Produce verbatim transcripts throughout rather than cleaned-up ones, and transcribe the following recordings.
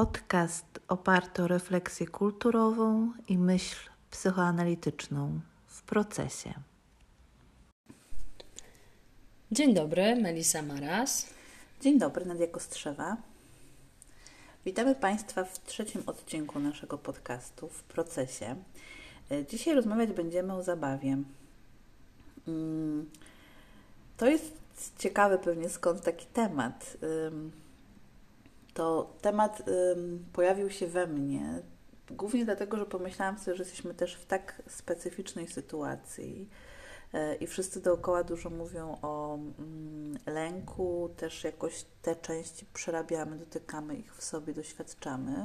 podcast oparty o refleksję kulturową i myśl psychoanalityczną w procesie. Dzień dobry, Melisa Maras. Dzień dobry, Nadia Kostrzewa. Witamy Państwa w trzecim odcinku naszego podcastu w procesie. Dzisiaj rozmawiać będziemy o zabawie. To jest ciekawe pewnie skąd taki temat. To temat pojawił się we mnie głównie dlatego, że pomyślałam sobie, że jesteśmy też w tak specyficznej sytuacji i wszyscy dookoła dużo mówią o lęku, też jakoś te części przerabiamy, dotykamy ich w sobie, doświadczamy.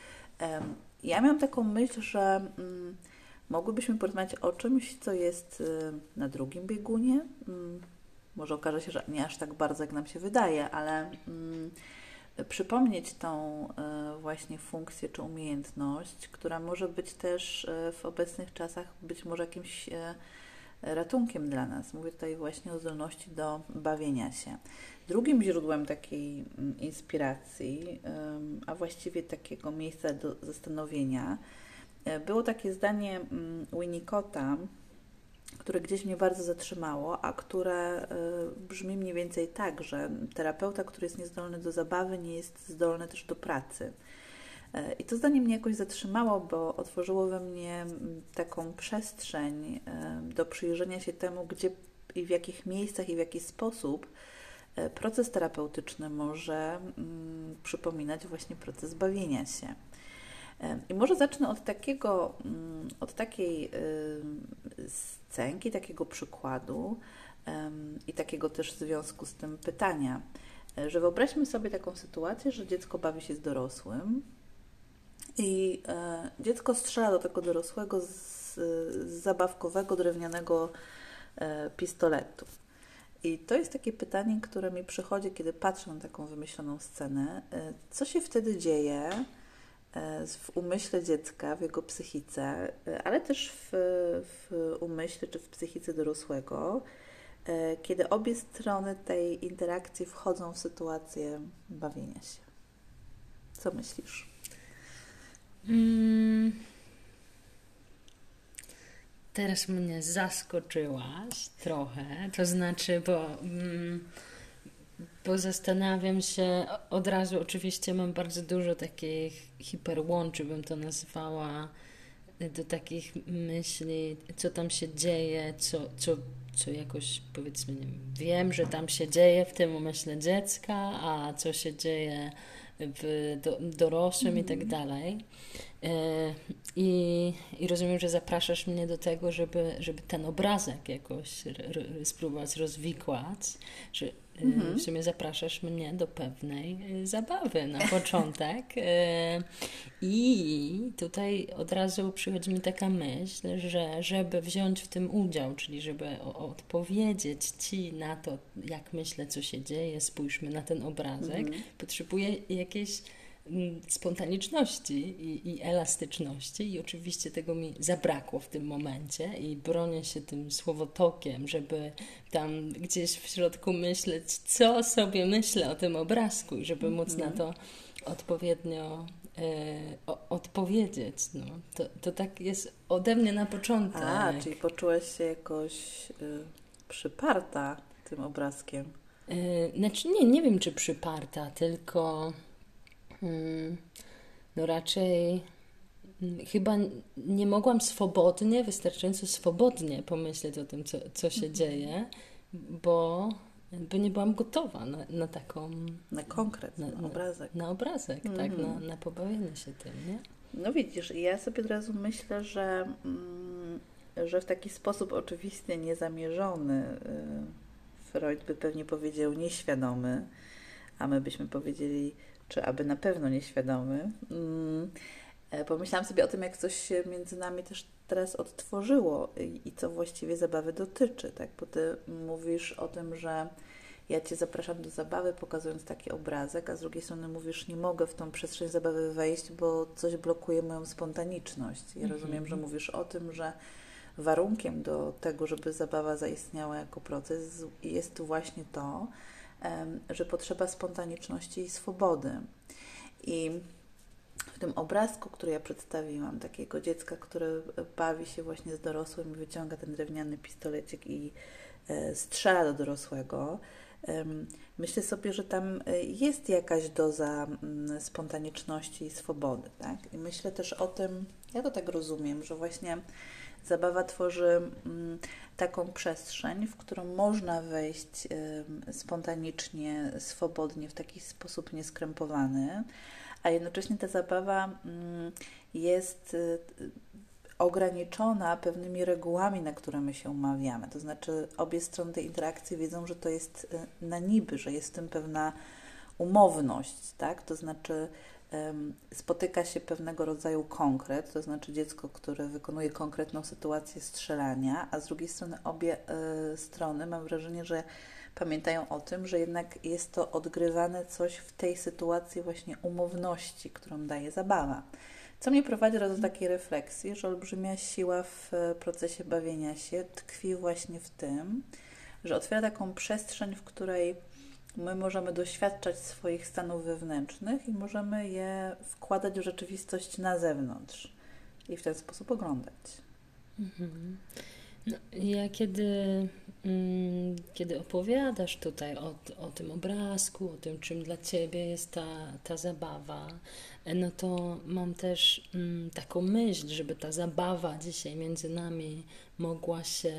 Ja miałam taką myśl, że mogłybyśmy porozmawiać o czymś, co jest na drugim biegunie. Może okaże się, że nie aż tak bardzo, jak nam się wydaje, ale przypomnieć tą właśnie funkcję czy umiejętność, która może być też w obecnych czasach być może jakimś ratunkiem dla nas. Mówię tutaj właśnie o zdolności do bawienia się. Drugim źródłem takiej inspiracji, a właściwie takiego miejsca do zastanowienia, było takie zdanie Winnicotta, które gdzieś mnie bardzo zatrzymało, a które brzmi mniej więcej tak, że terapeuta, który jest niezdolny do zabawy, nie jest zdolny też do pracy. I to zdanie mnie jakoś zatrzymało, bo otworzyło we mnie taką przestrzeń do przyjrzenia się temu, gdzie i w jakich miejscach i w jaki sposób proces terapeutyczny może przypominać właśnie proces bawienia się. I może zacznę od takiego, od takiej scenki, takiego przykładu i takiego też w związku z tym pytania, że wyobraźmy sobie taką sytuację, że dziecko bawi się z dorosłym i dziecko strzela do tego dorosłego z, z zabawkowego, drewnianego pistoletu. I to jest takie pytanie, które mi przychodzi, kiedy patrzę na taką wymyśloną scenę. Co się wtedy dzieje w umyśle dziecka, w jego psychice, ale też w, w umyśle czy w psychice dorosłego, kiedy obie strony tej interakcji wchodzą w sytuację bawienia się. Co myślisz? Hmm. Teraz mnie zaskoczyłaś trochę, to znaczy, bo... Mm, Bo zastanawiam się, od razu oczywiście mam bardzo dużo takich hiperłączy, bym to nazwała, do takich myśli, co tam się dzieje, co, co, co jakoś powiedzmy, nie wiem, wiem, że tam się dzieje w tym umyśle dziecka, a co się dzieje w do, dorosłym mm. i tak dalej. I, I rozumiem, że zapraszasz mnie do tego, żeby, żeby ten obrazek jakoś r, r, spróbować rozwikłać, że mm-hmm. w sumie zapraszasz mnie do pewnej zabawy na początek. I tutaj od razu przychodzi mi taka myśl, że żeby wziąć w tym udział, czyli żeby o, odpowiedzieć Ci na to, jak myślę, co się dzieje, spójrzmy na ten obrazek, mm-hmm. potrzebuję jakiejś spontaniczności i, i elastyczności i oczywiście tego mi zabrakło w tym momencie i bronię się tym słowotokiem, żeby tam gdzieś w środku myśleć, co sobie myślę o tym obrazku i żeby móc mm. na to odpowiednio e, o, odpowiedzieć. No. To, to tak jest ode mnie na początek. A, czyli poczułaś się jakoś y, przyparta tym obrazkiem. E, znaczy nie, nie wiem czy przyparta, tylko Hmm, no raczej hmm, chyba nie mogłam swobodnie, wystarczająco swobodnie pomyśleć o tym, co, co się mm-hmm. dzieje, bo, bo nie byłam gotowa na, na taką... Na konkret, na, na obrazek. Na, na obrazek, mm-hmm. tak, na, na pobawienie się tym, nie? No widzisz, ja sobie od razu myślę, że, mm, że w taki sposób oczywiście niezamierzony, y, Freud by pewnie powiedział nieświadomy, a my byśmy powiedzieli czy aby na pewno nieświadomy. Mm. Pomyślałam sobie o tym, jak coś się między nami też teraz odtworzyło i, i co właściwie zabawy dotyczy, tak? Bo Ty mówisz o tym, że ja Cię zapraszam do zabawy, pokazując taki obrazek, a z drugiej strony mówisz, nie mogę w tą przestrzeń zabawy wejść, bo coś blokuje moją spontaniczność. Ja mm-hmm. rozumiem, że mówisz o tym, że warunkiem do tego, żeby zabawa zaistniała jako proces, jest właśnie to, że potrzeba spontaniczności i swobody. I w tym obrazku, który ja przedstawiłam, takiego dziecka, które bawi się właśnie z dorosłym i wyciąga ten drewniany pistolecik i e, strzela do dorosłego, e, myślę sobie, że tam jest jakaś doza m, spontaniczności i swobody, tak? I myślę też o tym, ja to tak rozumiem, że właśnie zabawa tworzy m, taką przestrzeń, w którą można wejść y, spontanicznie, swobodnie, w taki sposób nieskrępowany, a jednocześnie ta zabawa y, jest y, ograniczona pewnymi regułami, na które my się umawiamy. To znaczy obie strony tej interakcji wiedzą, że to jest y, na niby, że jest w tym pewna umowność, tak? To znaczy spotyka się pewnego rodzaju konkret, to znaczy dziecko, które wykonuje konkretną sytuację strzelania, a z drugiej strony obie y, strony, mam wrażenie, że pamiętają o tym, że jednak jest to odgrywane coś w tej sytuacji właśnie umowności, którą daje zabawa. Co mnie prowadzi do takiej refleksji, że olbrzymia siła w procesie bawienia się tkwi właśnie w tym, że otwiera taką przestrzeń, w której my możemy doświadczać swoich stanów wewnętrznych i możemy je wkładać w rzeczywistość na zewnątrz i w ten sposób oglądać. Mhm. No, ja kiedy, mm, kiedy opowiadasz tutaj o, o tym obrazku, o tym, czym dla Ciebie jest ta, ta zabawa, no to mam też mm, taką myśl, żeby ta zabawa dzisiaj między nami mogła się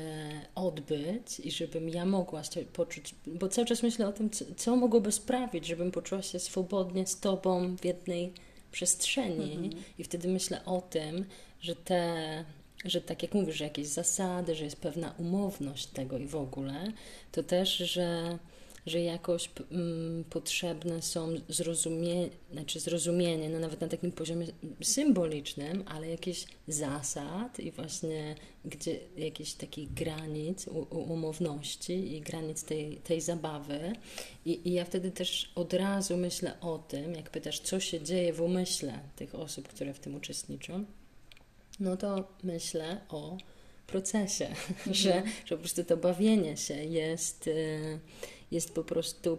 odbyć i żebym ja mogła się poczuć, bo cały czas myślę o tym, co, co mogłoby sprawić, żebym poczuła się swobodnie z Tobą w jednej przestrzeni mhm. i wtedy myślę o tym, że te że tak jak mówisz, że jakieś zasady, że jest pewna umowność tego i w ogóle, to też, że, że jakoś mm, potrzebne są zrozumie, znaczy zrozumienie, no nawet na takim poziomie symbolicznym, ale jakieś zasad i właśnie gdzie jakichś takich granic, u, u, umowności i granic tej, tej zabawy. I, I ja wtedy też od razu myślę o tym, jak pytasz, co się dzieje w umyśle tych osób, które w tym uczestniczą, no to myślę o procesie, mm. że, że po prostu to bawienie się jest, jest po prostu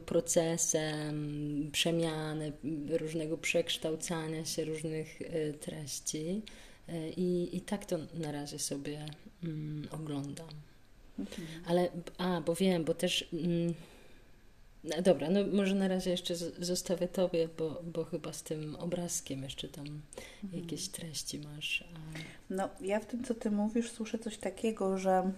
procesem przemiany, różnego przekształcania się różnych treści i, i tak to na razie sobie mm, oglądam. Mm. Ale, a, bo wiem, bo też... Mm, No dobra, no może na razie jeszcze zostawię Tobie, bo, bo chyba z tym obrazkiem jeszcze tam mhm. jakieś treści masz. A... No ja w tym, co Ty mówisz, słyszę coś takiego, że,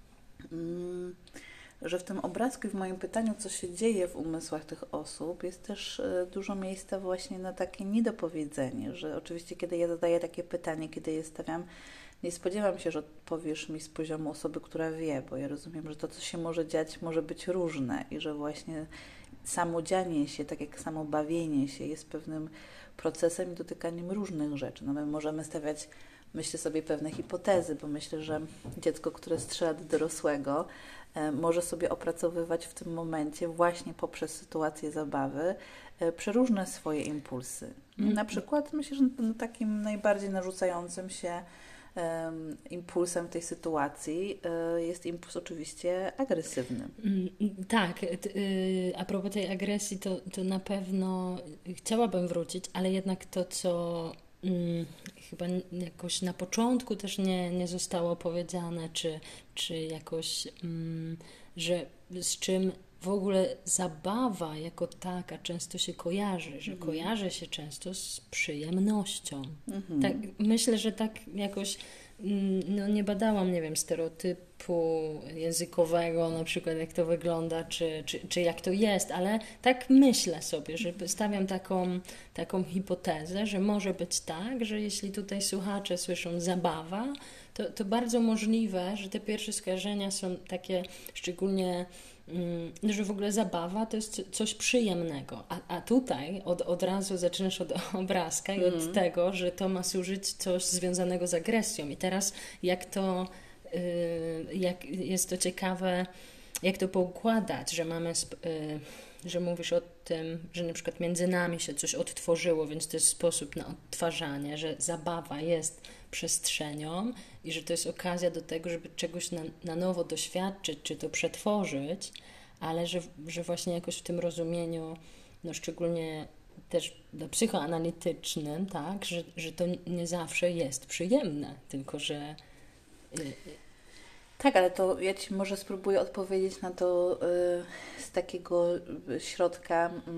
mm, że w tym obrazku i w moim pytaniu, co się dzieje w umysłach tych osób, jest też y, dużo miejsca właśnie na takie niedopowiedzenie, że oczywiście kiedy ja zadaję takie pytanie, kiedy je stawiam, nie spodziewam się, że odpowiesz mi z poziomu osoby, która wie, bo ja rozumiem, że to, co się może dziać, może być różne i że właśnie samo dzianie się, tak jak samo bawienie się jest pewnym procesem i dotykaniem różnych rzeczy. No my możemy stawiać, myślę sobie, pewne hipotezy, bo myślę, że dziecko, które strzela do dorosłego, e, może sobie opracowywać w tym momencie właśnie poprzez sytuację zabawy e, przeróżne swoje impulsy. Mm. Na przykład myślę, że no, takim najbardziej narzucającym się impulsem tej sytuacji jest impuls oczywiście agresywny. Tak, a propos tej agresji, to, to na pewno chciałabym wrócić, ale jednak to, co hmm, chyba jakoś na początku też nie, nie zostało powiedziane, czy, czy jakoś, hmm, że z czym w ogóle zabawa jako taka często się kojarzy, że mhm. kojarzy się często z przyjemnością. Mhm. Tak, myślę, że tak jakoś, no nie badałam, nie wiem, stereotypu językowego, na przykład jak to wygląda, czy, czy, czy jak to jest, ale tak myślę sobie, że stawiam taką, taką hipotezę, że może być tak, że jeśli tutaj słuchacze słyszą zabawa, to, to bardzo możliwe, że te pierwsze skojarzenia są takie szczególnie że w ogóle zabawa to jest coś przyjemnego, a, a tutaj od, od razu zaczynasz od obrazka i mm. od tego, że to ma służyć coś związanego z agresją i teraz jak to, yy, jak jest to ciekawe, jak to poukładać, że mamy, yy, że mówisz o tym, że na przykład między nami się coś odtworzyło, więc to jest sposób na odtwarzanie, że zabawa jest przestrzenią i że to jest okazja do tego, żeby czegoś na, na nowo doświadczyć, czy to przetworzyć, ale że, że właśnie jakoś w tym rozumieniu, no szczególnie też psychoanalitycznym, tak, że, że to nie zawsze jest przyjemne, tylko że... Tak, ale to ja Ci może spróbuję odpowiedzieć na to y, z takiego środka y,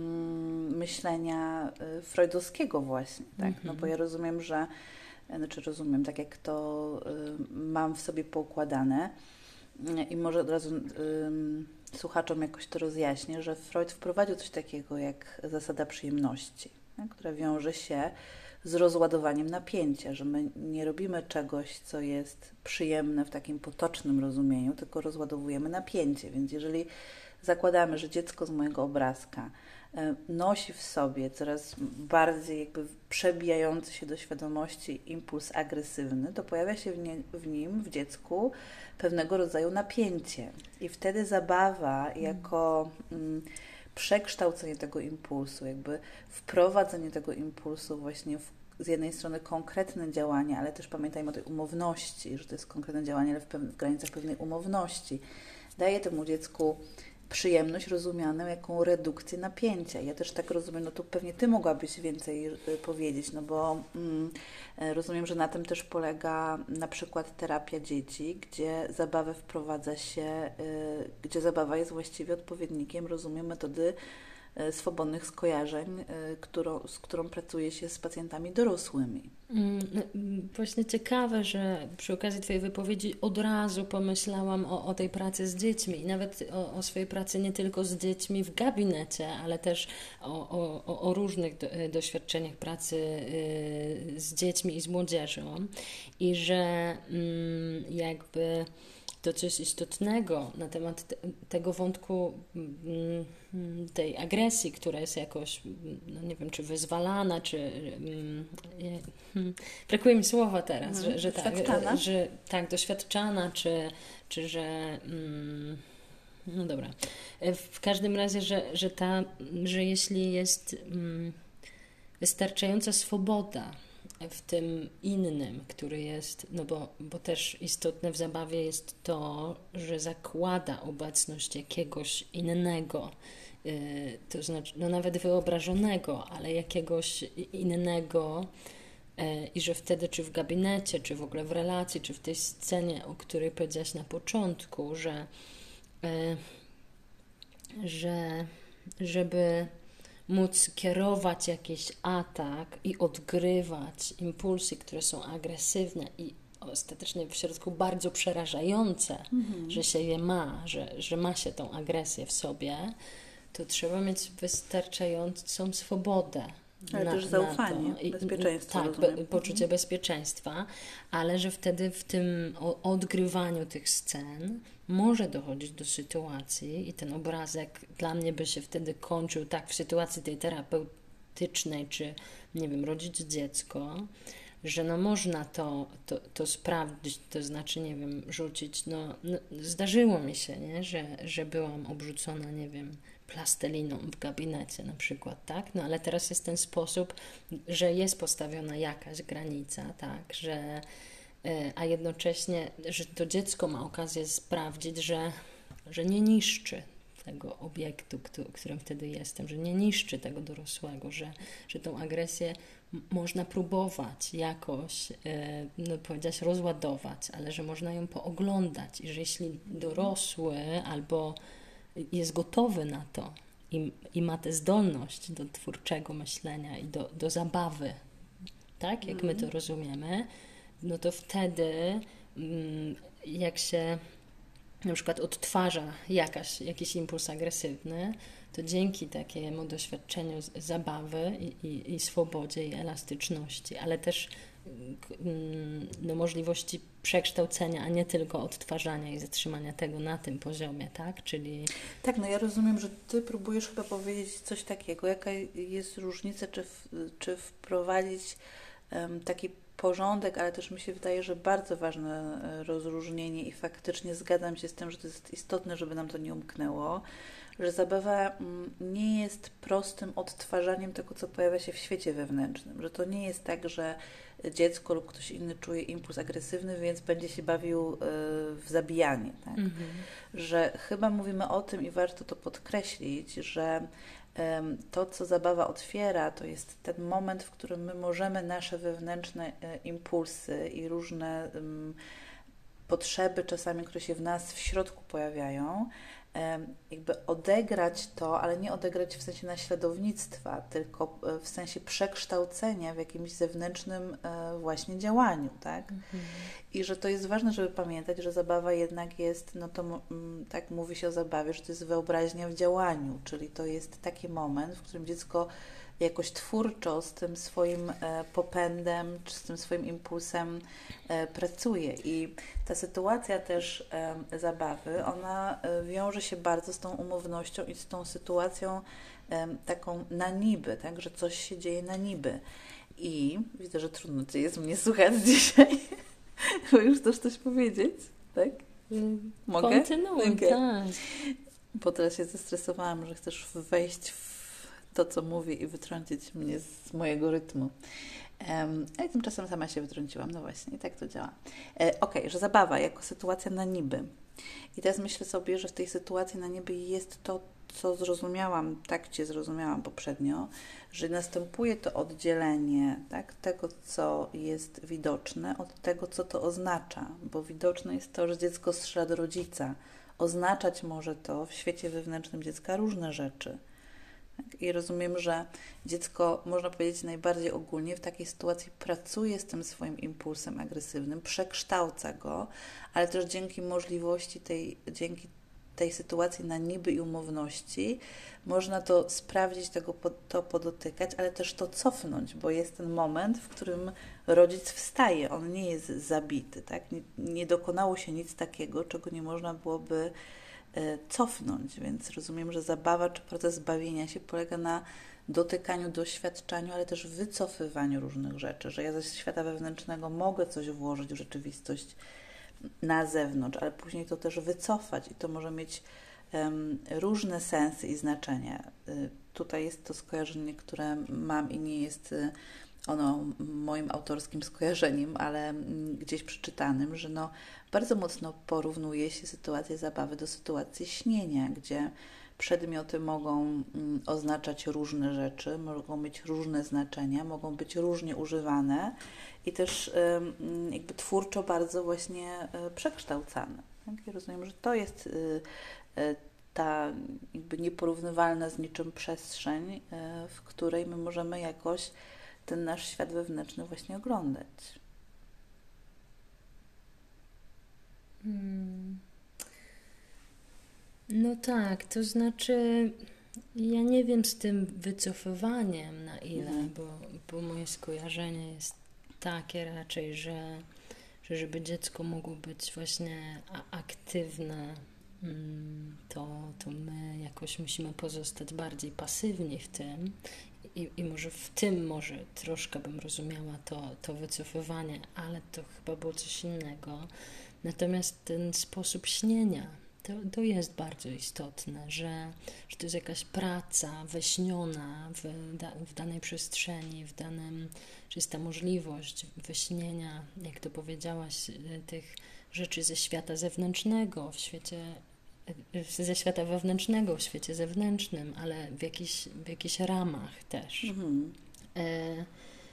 myślenia y, freudowskiego właśnie, tak? Mm-hmm. No bo ja rozumiem, że, znaczy rozumiem, tak jak to y, mam w sobie poukładane y, i może od razu y, słuchaczom jakoś to rozjaśnię, że Freud wprowadził coś takiego jak zasada przyjemności, tak? Która wiąże się z rozładowaniem napięcia, że my nie robimy czegoś, co jest przyjemne w takim potocznym rozumieniu, tylko rozładowujemy napięcie. Więc jeżeli zakładamy, że dziecko z mojego obrazka nosi w sobie coraz bardziej jakby przebijający się do świadomości impuls agresywny, to pojawia się w, nie, w nim, w dziecku, pewnego rodzaju napięcie. I wtedy zabawa jako... Mm, przekształcenie tego impulsu, jakby wprowadzenie tego impulsu właśnie w, z jednej strony konkretne działanie, ale też pamiętajmy o tej umowności, że to jest konkretne działanie, ale w, pew- w granicach pewnej umowności, daje temu dziecku przyjemność rozumianą jako redukcję napięcia. Ja też tak rozumiem, no tu pewnie Ty mogłabyś więcej y, powiedzieć, no bo mm, rozumiem, że na tym też polega na przykład terapia dzieci, gdzie zabawę wprowadza się, y, gdzie zabawa jest właściwie odpowiednikiem, rozumiem, metody y, swobodnych skojarzeń, y, którą, z którą pracuje się z pacjentami dorosłymi. Mm, właśnie ciekawe, że przy okazji Twojej wypowiedzi od razu pomyślałam o, o tej pracy z dziećmi i nawet o, o swojej pracy nie tylko z dziećmi w gabinecie, ale też o, o, o różnych do, doświadczeniach pracy y, z dziećmi i z młodzieżą i że mm, jakby to coś istotnego na temat te, tego wątku mm, tej agresji, która jest jakoś, no nie wiem, czy wyzwalana, czy mm, hmm, brakuje mi słowa teraz, mhm. że, że, tak, że, że tak, doświadczana, czy, czy że mm, no dobra. W każdym razie, że, że, ta, że jeśli jest mm, wystarczająca swoboda w tym innym, który jest, no bo, bo też istotne w zabawie jest to, że zakłada obecność jakiegoś innego, yy, to znaczy, no nawet wyobrażonego, ale jakiegoś innego yy, i że wtedy czy w gabinecie, czy w ogóle w relacji, czy w tej scenie, o której powiedziałaś na początku, że, yy, że żeby móc kierować jakiś atak i odgrywać impulsy, które są agresywne i ostatecznie w środku bardzo przerażające, mhm. że się je ma, że, że ma się tą agresję w sobie, to trzeba mieć wystarczającą swobodę. Ale na, też zaufanie, na to. I, bezpieczeństwo. Tak, be, poczucie mhm. bezpieczeństwa, ale że wtedy w tym odgrywaniu tych scen może dochodzić do sytuacji i ten obrazek dla mnie by się wtedy kończył tak w sytuacji tej terapeutycznej, czy nie wiem, rodzić dziecko, że no można to, to, to sprawdzić, to znaczy, nie wiem, rzucić, no, no zdarzyło mi się, nie, że, że byłam obrzucona, nie wiem, plasteliną w gabinecie na przykład, tak, no ale teraz jest ten sposób, że jest postawiona jakaś granica, tak, że a jednocześnie, że to dziecko ma okazję sprawdzić, że, że nie niszczy tego obiektu, którym wtedy jestem, że nie niszczy tego dorosłego, że, że tą agresję m- można próbować jakoś, e, no powiedziałaś, rozładować, ale że można ją pooglądać i że jeśli dorosły albo jest gotowy na to i, i ma tę zdolność do twórczego myślenia i do, do zabawy, tak, jak my to rozumiemy, no to wtedy jak się na przykład odtwarza jakaś, jakiś impuls agresywny, to dzięki takiemu doświadczeniu zabawy i, i, i swobodzie i elastyczności, ale też no, możliwości przekształcenia, a nie tylko odtwarzania i zatrzymania tego na tym poziomie, tak? Czyli... Tak, no ja rozumiem, że Ty próbujesz chyba powiedzieć coś takiego, jaka jest różnica, czy, w, czy wprowadzić um, taki porządek, ale też mi się wydaje, że bardzo ważne rozróżnienie i faktycznie zgadzam się z tym, że to jest istotne, żeby nam to nie umknęło, że zabawa nie jest prostym odtwarzaniem tego, co pojawia się w świecie wewnętrznym, że to nie jest tak, że dziecko lub ktoś inny czuje impuls agresywny, więc będzie się bawił w zabijanie. Tak? Mhm. Że chyba mówimy o tym i warto to podkreślić, że to, co zabawa otwiera, to jest ten moment, w którym my możemy nasze wewnętrzne impulsy i różne potrzeby czasami, które się w nas w środku pojawiają, jakby odegrać to, ale nie odegrać w sensie naśladownictwa, tylko w sensie przekształcenia w jakimś zewnętrznym właśnie działaniu, tak? Mhm. I że to jest ważne, żeby pamiętać, że zabawa jednak jest, no to tak mówi się o zabawie, że to jest wyobraźnia w działaniu, czyli to jest taki moment, w którym dziecko jakoś twórczo z tym swoim popędem, czy z tym swoim impulsem pracuje. I ta sytuacja też zabawy, ona wiąże się bardzo z tą umownością i z tą sytuacją taką na niby, tak, że coś się dzieje na niby. I widzę, że trudno Ci jest mnie słuchać dzisiaj, bo już chcesz coś powiedzieć, tak? Mogę? Kontynuuj, okay. Tak. Bo teraz się zestresowałam, że chcesz wejść w to, co mówię i wytrącić mnie z mojego rytmu. Um, a tymczasem sama się wytrąciłam. No właśnie, i tak to działa. E, Okej, okay, że zabawa jako sytuacja na niby. I teraz myślę sobie, że w tej sytuacji na niby jest to, co zrozumiałam, tak Cię zrozumiałam poprzednio, że następuje to oddzielenie, tak, tego, co jest widoczne, od tego, co to oznacza. Bo widoczne jest to, że dziecko strzela do rodzica. Oznaczać może to w świecie wewnętrznym dziecka różne rzeczy. I rozumiem, że dziecko, można powiedzieć najbardziej ogólnie, w takiej sytuacji pracuje z tym swoim impulsem agresywnym, przekształca go, ale też dzięki możliwości tej, dzięki tej sytuacji na niby i umowności można to sprawdzić, tego, to podotykać, ale też to cofnąć, bo jest ten moment, w którym rodzic wstaje, on nie jest zabity, tak? Nie, nie dokonało się nic takiego, czego nie można byłoby cofnąć, więc rozumiem, że zabawa czy proces bawienia się polega na dotykaniu, doświadczaniu, ale też wycofywaniu różnych rzeczy, że ja ze świata wewnętrznego mogę coś włożyć w rzeczywistość na zewnątrz, ale później to też wycofać i to może mieć um, różne sensy i znaczenia. Y, tutaj jest to skojarzenie, które mam i nie jest y, ono moim autorskim skojarzeniem, ale gdzieś przeczytanym, że no bardzo mocno porównuje się sytuację zabawy do sytuacji śnienia, gdzie przedmioty mogą oznaczać różne rzeczy, mogą mieć różne znaczenia, mogą być różnie używane i też jakby twórczo bardzo właśnie przekształcane. Tak? Ja rozumiem, że to jest ta jakby nieporównywalna z niczym przestrzeń, w której my możemy jakoś ten nasz świat wewnętrzny właśnie oglądać. Hmm. No tak, to znaczy ja nie wiem z tym wycofywaniem na ile, mhm. bo, bo moje skojarzenie jest takie raczej, że, że żeby dziecko mogło być właśnie aktywne, to, to my jakoś musimy pozostać bardziej pasywni w tym. I, I może w tym może troszkę bym rozumiała to, to wycofywanie, ale to chyba było coś innego. Natomiast ten sposób śnienia, to, to jest bardzo istotne, że, że to jest jakaś praca wyśniona w, da, w danej przestrzeni, w danym, że jest ta możliwość wyśnienia, jak to powiedziałaś, tych rzeczy ze świata zewnętrznego, w świecie ze świata wewnętrznego, w świecie zewnętrznym, ale w jakichś, w jakichś ramach też. Mhm. E,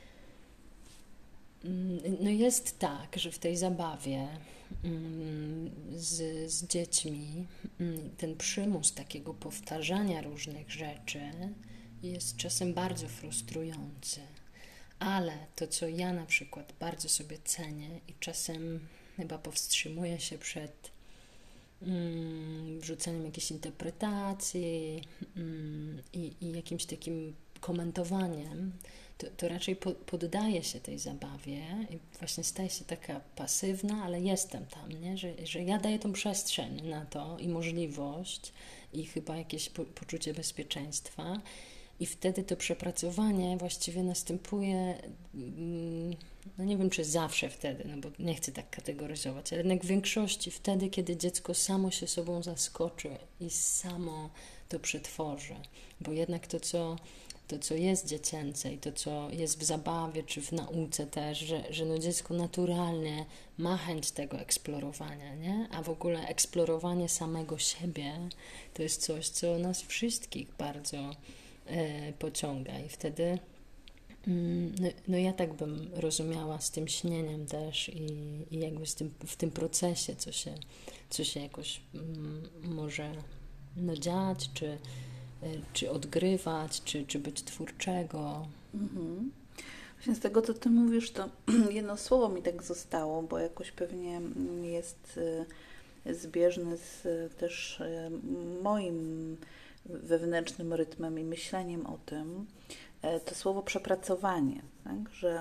no jest tak, że w tej zabawie mm, z, z dziećmi mm, ten przymus takiego powtarzania różnych rzeczy jest czasem bardzo frustrujący. Ale to, co ja na przykład bardzo sobie cenię i czasem chyba powstrzymuję się przed wrzucaniem jakiejś interpretacji mm, i, i jakimś takim komentowaniem, to, to raczej po, poddaję się tej zabawie i właśnie staję się taka pasywna, ale jestem tam, nie? Że, że ja daję tą przestrzeń na to i możliwość i chyba jakieś po, poczucie bezpieczeństwa i wtedy to przepracowanie właściwie następuje, no nie wiem, czy zawsze wtedy, no bo nie chcę tak kategoryzować, ale jednak w większości wtedy, kiedy dziecko samo się sobą zaskoczy i samo to przetworzy. Bo jednak to, co to, co jest dziecięce i to, co jest w zabawie czy w nauce też, że, że no dziecko naturalnie ma chęć tego eksplorowania, nie? A w ogóle eksplorowanie samego siebie to jest coś, co nas wszystkich bardzo e, pociąga i wtedy mm, no, no ja tak bym rozumiała z tym śnieniem też i, i jakby z tym, w tym procesie, co się, co się jakoś mm, może no, dziać, czy czy odgrywać, czy, czy być twórczego. Mhm. Właśnie z tego, co Ty mówisz, to jedno słowo mi tak zostało, bo jakoś pewnie jest zbieżny z też moim wewnętrznym rytmem i myśleniem o tym, to słowo przepracowanie, tak? Że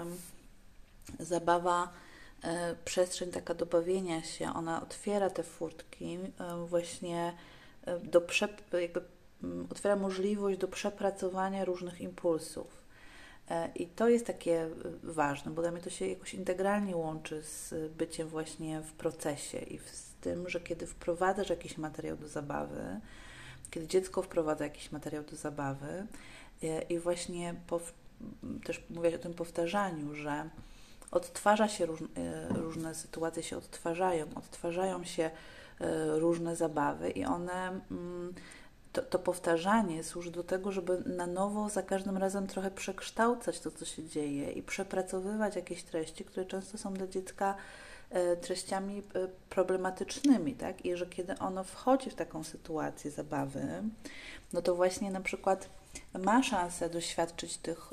zabawa, przestrzeń taka do bawienia się, ona otwiera te furtki właśnie do prze, jakby otwiera możliwość do przepracowania różnych impulsów. I to jest takie ważne, bo dla mnie to się jakoś integralnie łączy z byciem właśnie w procesie i z tym, że kiedy wprowadzasz jakiś materiał do zabawy, kiedy dziecko wprowadza jakiś materiał do zabawy i właśnie pow, też mówię o tym powtarzaniu, że odtwarza się róż, różne sytuacje, się odtwarzają, odtwarzają się różne zabawy i one... To, to powtarzanie służy do tego, żeby na nowo za każdym razem trochę przekształcać to, co się dzieje i przepracowywać jakieś treści, które często są dla dziecka treściami problematycznymi, tak? I że kiedy ono wchodzi w taką sytuację zabawy, no to właśnie na przykład ma szansę doświadczyć tych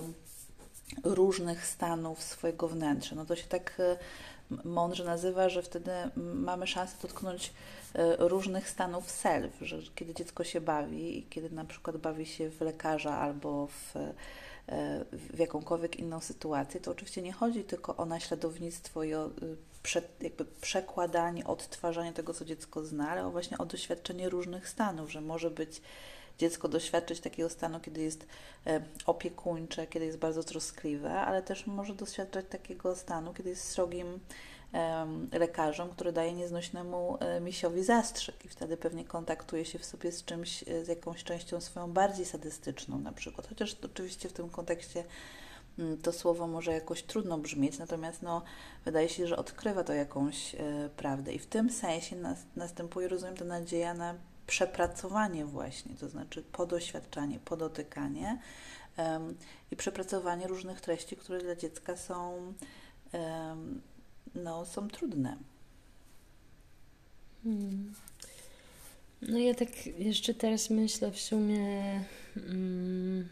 różnych stanów swojego wnętrza. No to się tak mądrze nazywa, że wtedy mamy szansę dotknąć różnych stanów self, że kiedy dziecko się bawi i kiedy na przykład bawi się w lekarza albo w, w jakąkolwiek inną sytuację, to oczywiście nie chodzi tylko o naśladownictwo i o prze, jakby przekładanie, odtwarzanie tego, co dziecko zna, ale właśnie o doświadczenie różnych stanów, że może być dziecko doświadczyć takiego stanu, kiedy jest opiekuńcze, kiedy jest bardzo troskliwe, ale też może doświadczać takiego stanu, kiedy jest srogim lekarzem, który daje nieznośnemu misiowi zastrzyk i wtedy pewnie kontaktuje się w sobie z czymś, z jakąś częścią swoją bardziej sadystyczną na przykład. Chociaż oczywiście w tym kontekście to słowo może jakoś trudno brzmieć, natomiast no, wydaje się, że odkrywa to jakąś prawdę i w tym sensie nas, następuje, rozumiem, ta nadzieja na przepracowanie właśnie, to znaczy podoświadczanie, podotykanie um, i przepracowanie różnych treści, które dla dziecka są, um, no, są trudne. Hmm. No ja tak jeszcze teraz myślę w sumie mm,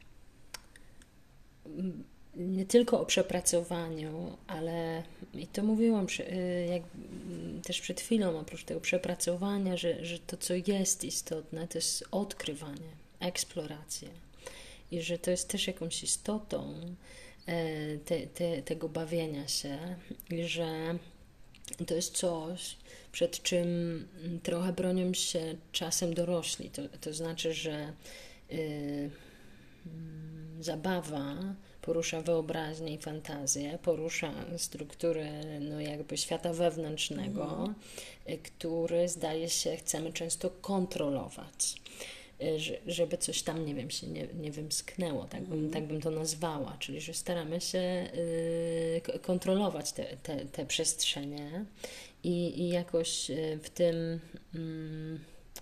nie tylko o przepracowaniu, ale i to mówiłam jak, też przed chwilą, oprócz tego przepracowania, że, że to, co jest istotne, to jest odkrywanie, eksploracja i że to jest też jakąś istotą te, te, tego bawienia się i że to jest coś, przed czym trochę bronią się czasem dorośli. To, to znaczy, że yy, zabawa porusza wyobraźnię i fantazję, porusza strukturę no jakby świata wewnętrznego, mm. który zdaje się chcemy często kontrolować, żeby coś tam, nie wiem, się nie, nie wymsknęło, tak bym, mm. tak bym to nazwała, czyli że staramy się y, kontrolować te, te, te przestrzenie i, i jakoś w tym y,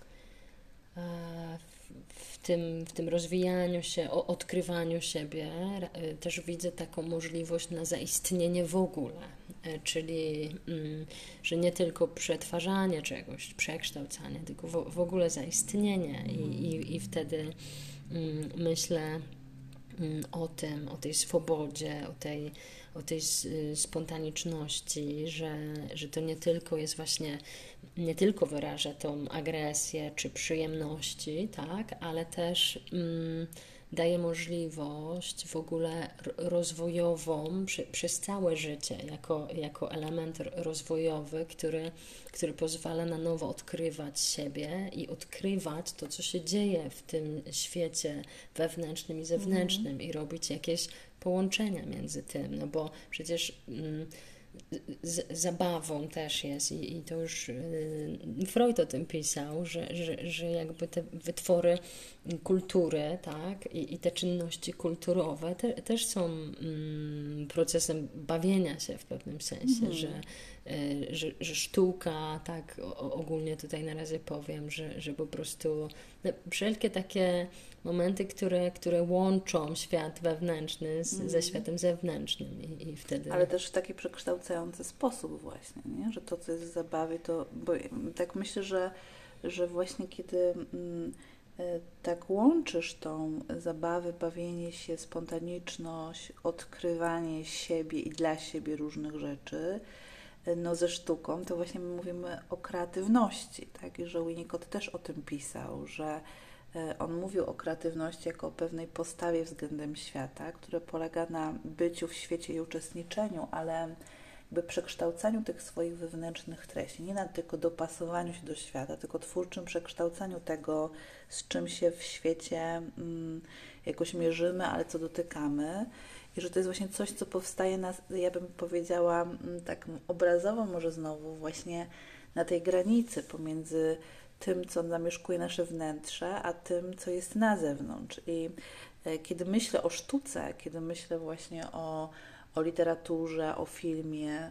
w tym, w tym rozwijaniu się, o odkrywaniu siebie też widzę taką możliwość na zaistnienie w ogóle, czyli że nie tylko przetwarzanie czegoś, przekształcanie, tylko w, w ogóle zaistnienie i, i, i wtedy myślę o tym, o tej swobodzie, o tej, o tej spontaniczności, że, że to nie tylko jest właśnie, nie tylko wyraża tą agresję czy przyjemności, tak, ale też mm, daje możliwość w ogóle rozwojową przy, przez całe życie, jako, jako element rozwojowy, który, który pozwala na nowo odkrywać siebie i odkrywać to, co się dzieje w tym świecie wewnętrznym i zewnętrznym mm. i robić jakieś połączenia między tym, no bo przecież mm, z, zabawą też jest i, i to już y, Freud o tym pisał, że, że, że jakby te wytwory kultury, tak, i, i te czynności kulturowe te, też są mm, procesem bawienia się w pewnym sensie, mm. że, y, że, że sztuka, tak, o, ogólnie tutaj na razie powiem, że, że po prostu no, wszelkie takie momenty, które, które łączą świat wewnętrzny z, mm. ze światem zewnętrznym i, i wtedy... Ale też w taki przekształcający sposób właśnie, nie? Że to, co jest w zabawie, to... Bo tak myślę, że, że właśnie kiedy mm, tak łączysz tą zabawę, bawienie się, spontaniczność, odkrywanie siebie i dla siebie różnych rzeczy, no ze sztuką, to właśnie my mówimy o kreatywności, tak? I że Winnicott też o tym pisał, że on mówił o kreatywności jako o pewnej postawie względem świata, które polega na byciu w świecie i uczestniczeniu, ale jakby przekształcaniu tych swoich wewnętrznych treści, nie na tylko dopasowaniu się do świata, tylko twórczym przekształcaniu tego, z czym się w świecie mm, jakoś mierzymy, ale co dotykamy. I że to jest właśnie coś, co powstaje, na, ja bym powiedziała tak obrazowo może znowu, właśnie na tej granicy pomiędzy tym, co zamieszkuje nasze wnętrze, a tym, co jest na zewnątrz. I kiedy myślę o sztuce, kiedy myślę właśnie o, o literaturze, o filmie,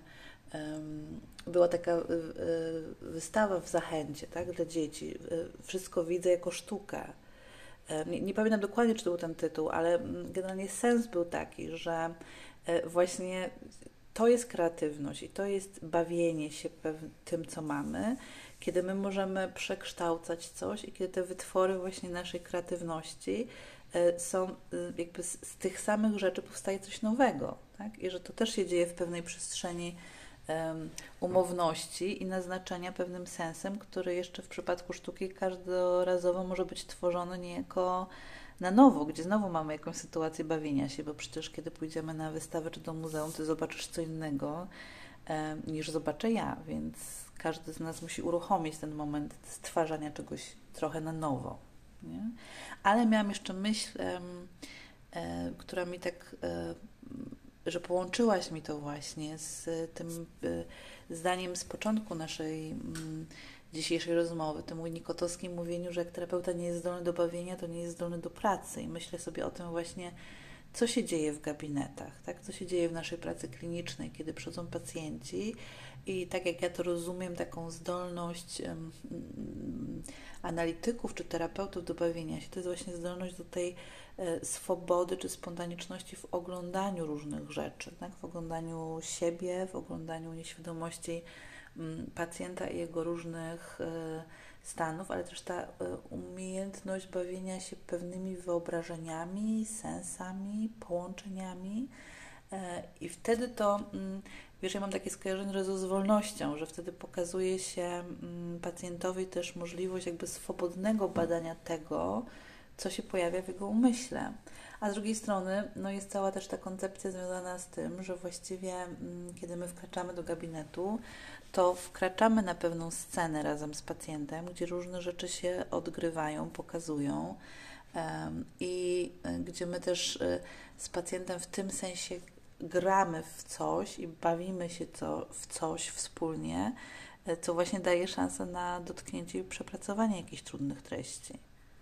była taka wystawa w Zachęcie, tak, dla dzieci. Wszystko widzę jako sztukę. Nie, nie pamiętam dokładnie, czy to był ten tytuł, ale generalnie sens był taki, że właśnie to jest kreatywność i to jest bawienie się tym, co mamy, kiedy my możemy przekształcać coś i kiedy te wytwory właśnie naszej kreatywności są jakby z, z tych samych rzeczy powstaje coś nowego, tak? I że to też się dzieje w pewnej przestrzeni um, umowności i naznaczenia pewnym sensem, który jeszcze w przypadku sztuki każdorazowo może być tworzony niejako na nowo, gdzie znowu mamy jakąś sytuację bawienia się, bo przecież kiedy pójdziemy na wystawę czy do muzeum, ty zobaczysz co innego um, niż zobaczę ja, więc każdy z nas musi uruchomić ten moment stwarzania czegoś trochę na nowo. Nie? Ale miałam jeszcze myśl, e, e, która mi tak, e, że połączyłaś mi to właśnie z tym e, zdaniem z początku naszej m, dzisiejszej rozmowy, tym winnicottowskim mówieniu, że jak terapeuta nie jest zdolny do bawienia, to nie jest zdolny do pracy. I myślę sobie o tym właśnie, co się dzieje w gabinetach, tak? Co się dzieje w naszej pracy klinicznej, kiedy przychodzą pacjenci i tak jak ja to rozumiem, taką zdolność um, analityków czy terapeutów do bawienia się, to jest właśnie zdolność do tej e, swobody czy spontaniczności w oglądaniu różnych rzeczy, tak? W oglądaniu siebie, w oglądaniu nieświadomości m, pacjenta i jego różnych e, stanów, ale też ta e, umiejętność bawienia się pewnymi wyobrażeniami, sensami, połączeniami e, i wtedy to m, wiesz, ja mam takie skojarzenie razu z wolnością, że wtedy pokazuje się mm, pacjentowi też możliwość jakby swobodnego badania tego, co się pojawia w jego umyśle. A z drugiej strony no jest cała też ta koncepcja związana z tym, że właściwie mm, kiedy my wkraczamy do gabinetu, to wkraczamy na pewną scenę razem z pacjentem, gdzie różne rzeczy się odgrywają, pokazują um, i y, gdzie my też y, z pacjentem w tym sensie gramy w coś i bawimy się co, w coś wspólnie, co właśnie daje szansę na dotknięcie i przepracowanie jakichś trudnych treści.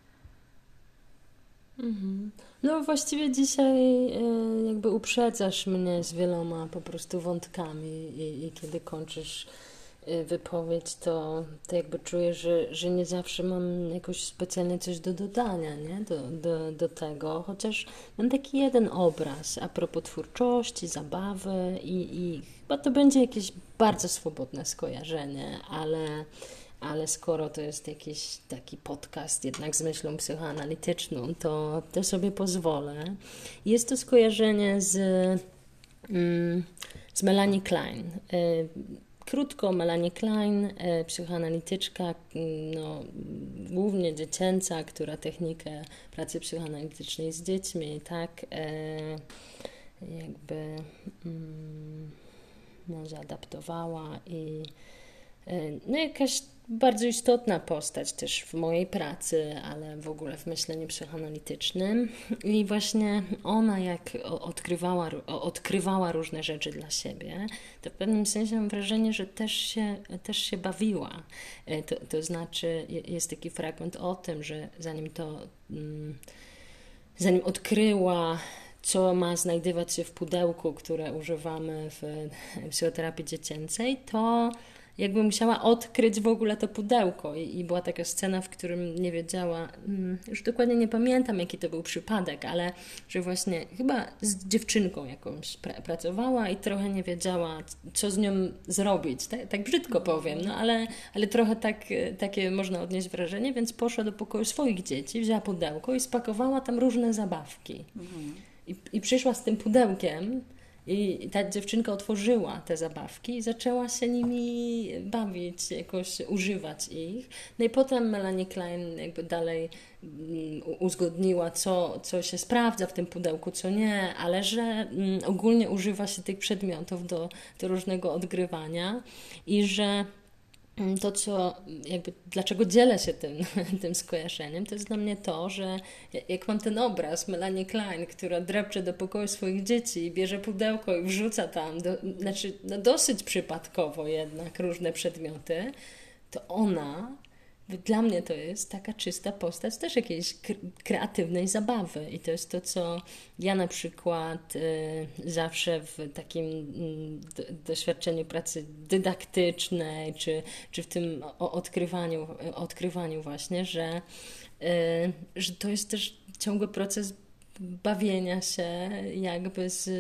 Mhm. No właściwie dzisiaj y, jakby uprzedzasz mnie z wieloma po prostu wątkami i, i kiedy kończysz y, wypowiedź, to, to jakby czuję, że, że nie zawsze mam jakoś specjalnie coś do dodania, nie? Do, do, do tego, chociaż mam taki jeden obraz a propos twórczości, zabawy i, i chyba to będzie jakieś bardzo swobodne skojarzenie, ale ale skoro to jest jakiś taki podcast jednak z myślą psychoanalityczną, to, to sobie pozwolę. Jest to skojarzenie z, mm, z Melanie Klein. Krótko, Melanie Klein, psychoanalityczka, no, głównie dziecięca, która technikę pracy psychoanalitycznej z dziećmi, tak, jakby no, zaadaptowała i no jakaś bardzo istotna postać też w mojej pracy, ale w ogóle w myśleniu psychoanalitycznym. I właśnie ona, jak odkrywała, odkrywała różne rzeczy dla siebie, to w pewnym sensie mam wrażenie, że też się, też się bawiła. To, to znaczy, jest taki fragment o tym, że zanim to, zanim odkryła, co ma znajdować się w pudełku, które używamy w psychoterapii dziecięcej, to jakby musiała odkryć w ogóle to pudełko. I, i była taka scena, w którym nie wiedziała, już dokładnie nie pamiętam, jaki to był przypadek, ale że właśnie chyba z dziewczynką jakąś pra- pracowała i trochę nie wiedziała, co z nią zrobić. Tak, tak brzydko powiem, no ale, ale trochę tak, takie można odnieść wrażenie, więc poszła do pokoju swoich dzieci, wzięła pudełko i spakowała tam różne zabawki. Mhm. I, I przyszła z tym pudełkiem i ta dziewczynka otworzyła te zabawki i zaczęła się nimi bawić, jakoś używać ich. No i potem Melanie Klein jakby dalej uzgodniła, co, co się sprawdza w tym pudełku, co nie, ale że ogólnie używa się tych przedmiotów do, do różnego odgrywania i że to, co jakby, dlaczego dzielę się tym, tym skojarzeniem, to jest dla mnie to, że jak mam ten obraz Melanie Klein, która drepcze do pokoju swoich dzieci i bierze pudełko i wrzuca tam, do, znaczy no dosyć przypadkowo jednak różne przedmioty, to ona, dla mnie to jest taka czysta postać też jakiejś kreatywnej zabawy i to jest to, co ja na przykład y, zawsze w takim y, doświadczeniu pracy dydaktycznej, czy, czy w tym o, odkrywaniu, odkrywaniu właśnie, że, y, że to jest też ciągły proces bawienia się jakby z,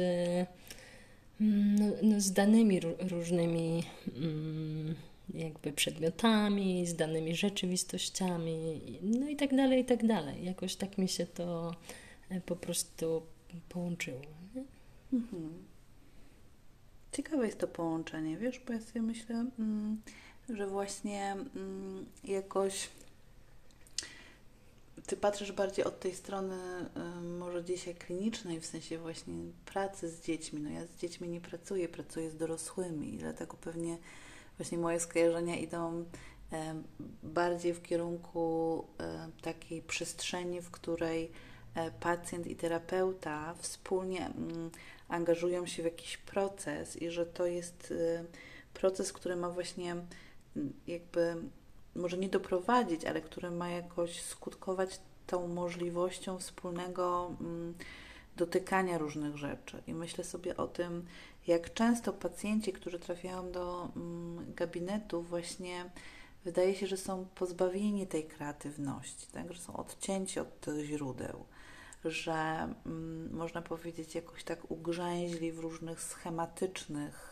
no, no z danymi różnymi mm, jakby przedmiotami, z danymi rzeczywistościami, no i tak dalej, i tak dalej. Jakoś tak mi się to po prostu połączyło. Nie? Mhm. Ciekawe jest to połączenie, wiesz, bo ja sobie myślę, mm, że właśnie mm, jakoś ty patrzysz bardziej od tej strony y, może dzisiaj klinicznej, w sensie właśnie pracy z dziećmi. No ja z dziećmi nie pracuję, pracuję z dorosłymi i dlatego pewnie właśnie moje skojarzenia idą e, bardziej w kierunku e, takiej przestrzeni, w której e, pacjent i terapeuta wspólnie mm, angażują się w jakiś proces i że to jest e, proces, który ma właśnie m, jakby może nie doprowadzić, ale który ma jakoś skutkować tą możliwością wspólnego m, dotykania różnych rzeczy. I myślę sobie o tym, jak często pacjenci, którzy trafiają do mm, gabinetu, właśnie wydaje się, że są pozbawieni tej kreatywności, tak? Że są odcięci od tych źródeł, że mm, można powiedzieć jakoś tak ugrzęźli w różnych schematycznych,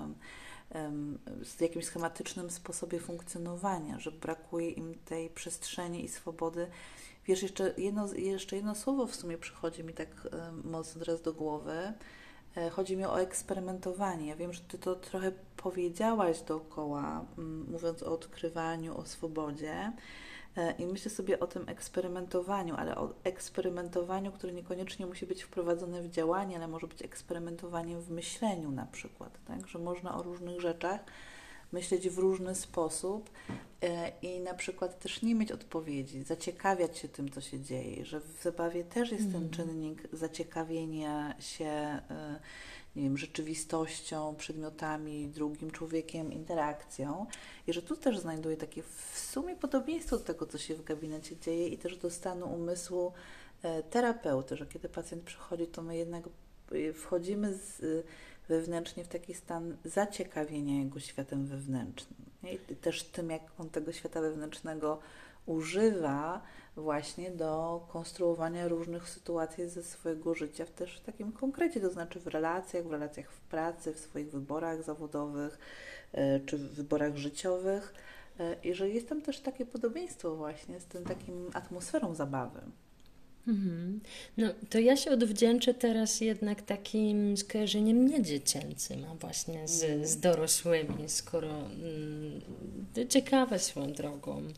z jakimś schematycznym sposobie funkcjonowania, że brakuje im tej przestrzeni i swobody. Wiesz, jeszcze jedno, jeszcze jedno słowo w sumie przychodzi mi tak mocno teraz do głowy. Chodzi mi o eksperymentowanie. Ja wiem, że Ty to trochę powiedziałaś dookoła, mówiąc o odkrywaniu, o swobodzie. I myślę sobie o tym eksperymentowaniu, ale o eksperymentowaniu, które niekoniecznie musi być wprowadzone w działanie, ale może być eksperymentowaniem w myśleniu na przykład, tak? Że można o różnych rzeczach myśleć w różny sposób i na przykład też nie mieć odpowiedzi, zaciekawiać się tym, co się dzieje, że w zabawie też jest ten czynnik zaciekawienia się, nie wiem, rzeczywistością, przedmiotami, drugim człowiekiem, interakcją i że tu też znajduję takie w sumie podobieństwo do tego, co się w gabinecie dzieje i też do stanu umysłu terapeuty, że kiedy pacjent przychodzi, to my jednak wchodzimy z wewnętrznie w taki stan zaciekawienia jego światem wewnętrznym. I też tym, jak on tego świata wewnętrznego używa właśnie do konstruowania różnych sytuacji ze swojego życia, też w takim konkrecie, to znaczy w relacjach, w relacjach w pracy, w swoich wyborach zawodowych czy w wyborach życiowych. I że jest tam też takie podobieństwo właśnie z tym takim atmosferą zabawy. Mhm. No to ja się odwdzięczę teraz jednak takim skojarzeniem niedziecięcym, a właśnie z, z dorosłymi, skoro mm, to ciekawe swoją drogą.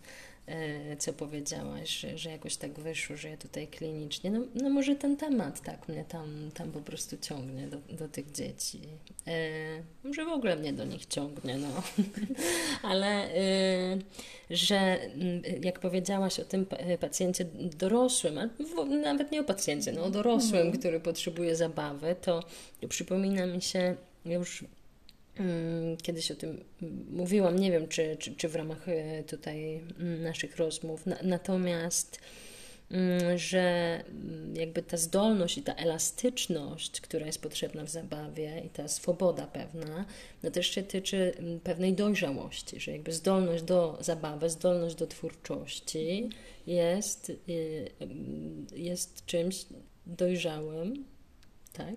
co powiedziałaś, że, że jakoś tak wyszło, że ja tutaj klinicznie, no, no może ten temat tak mnie tam, tam po prostu ciągnie do, do tych dzieci. E, może w ogóle mnie do nich ciągnie, no. Ale e, że jak powiedziałaś o tym pacjencie dorosłym, a nawet nie o pacjencie, no o dorosłym, mm. który potrzebuje zabawy, to przypomina mi się już kiedyś o tym mówiłam, nie wiem, czy, czy, czy w ramach tutaj naszych rozmów, Na, natomiast że jakby ta zdolność i ta elastyczność, która jest potrzebna w zabawie i ta swoboda pewna, no też się tyczy pewnej dojrzałości, że jakby zdolność do zabawy, zdolność do twórczości jest, jest czymś dojrzałym, tak?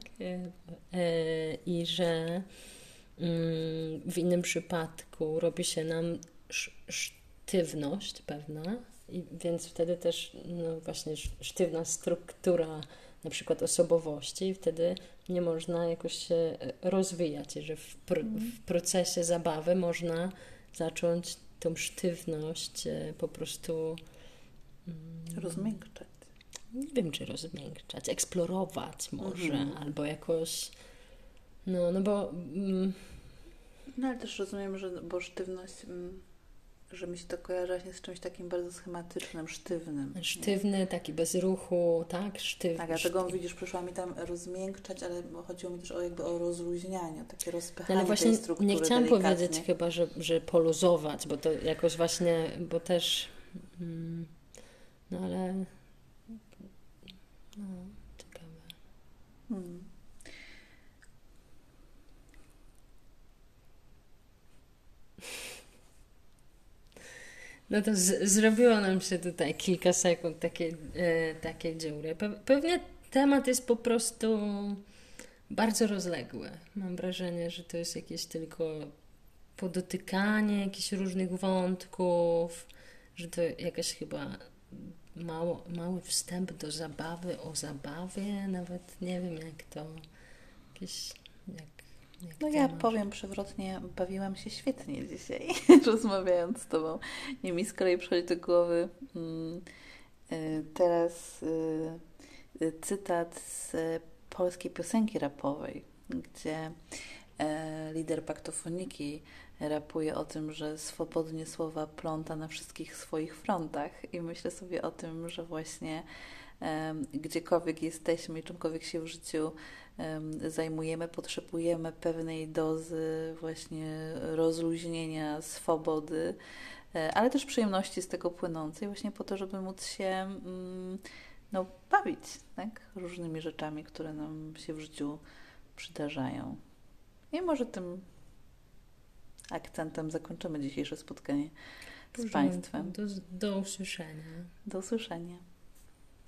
I że w innym przypadku robi się nam sztywność pewna, i więc wtedy też no właśnie sztywna struktura na przykład osobowości i wtedy nie można jakoś się rozwijać, i że w, pro, w procesie zabawy można zacząć tą sztywność po prostu rozmiękczać. Nie wiem, czy rozmiękczać, eksplorować może, mhm. albo jakoś no, no bo mm, no ale też rozumiem, że bo sztywność, że mi się to kojarzy właśnie z czymś takim bardzo schematycznym, sztywnym. Sztywny, nie? Taki bez ruchu, tak? Sztywny. Tak, dlatego sztyw... widzisz, przyszła mi tam rozmiękczać, ale chodziło mi też o jakby o rozluźnianie, takie rozpychanie ale właśnie tej struktury nie chciałam delikatnie. powiedzieć chyba, że, że poluzować, bo to jakoś właśnie, bo też mm, no ale no, ciekawe. Hmm. No to z, zrobiło nam się tutaj kilka sekund takie, e, takie dziury. Pe, pewnie temat jest po prostu bardzo rozległy. Mam wrażenie, że to jest jakieś tylko podotykanie jakichś różnych wątków, że to jakaś chyba mało, mały wstęp do zabawy o zabawie. Nawet nie wiem, jak to jakieś... Jak Jak no ja masz? Powiem przewrotnie, bawiłam się świetnie dzisiaj, rozmawiając z Tobą. Nie, mi z kolei przychodzi do głowy mm, y, teraz y, y, cytat z polskiej piosenki rapowej, gdzie y, lider Paktofoniki rapuje o tym, że swobodnie słowa pląta na wszystkich swoich frontach i myślę sobie o tym, że właśnie y, gdziekolwiek jesteśmy i czymkolwiek się w życiu zajmujemy, potrzebujemy pewnej dozy właśnie rozluźnienia, swobody, ale też przyjemności z tego płynącej właśnie po to, żeby móc się no, bawić, tak? Różnymi rzeczami, które nam się w życiu przydarzają. I może tym akcentem zakończymy dzisiejsze spotkanie z Państwem. Do, do usłyszenia. Do usłyszenia.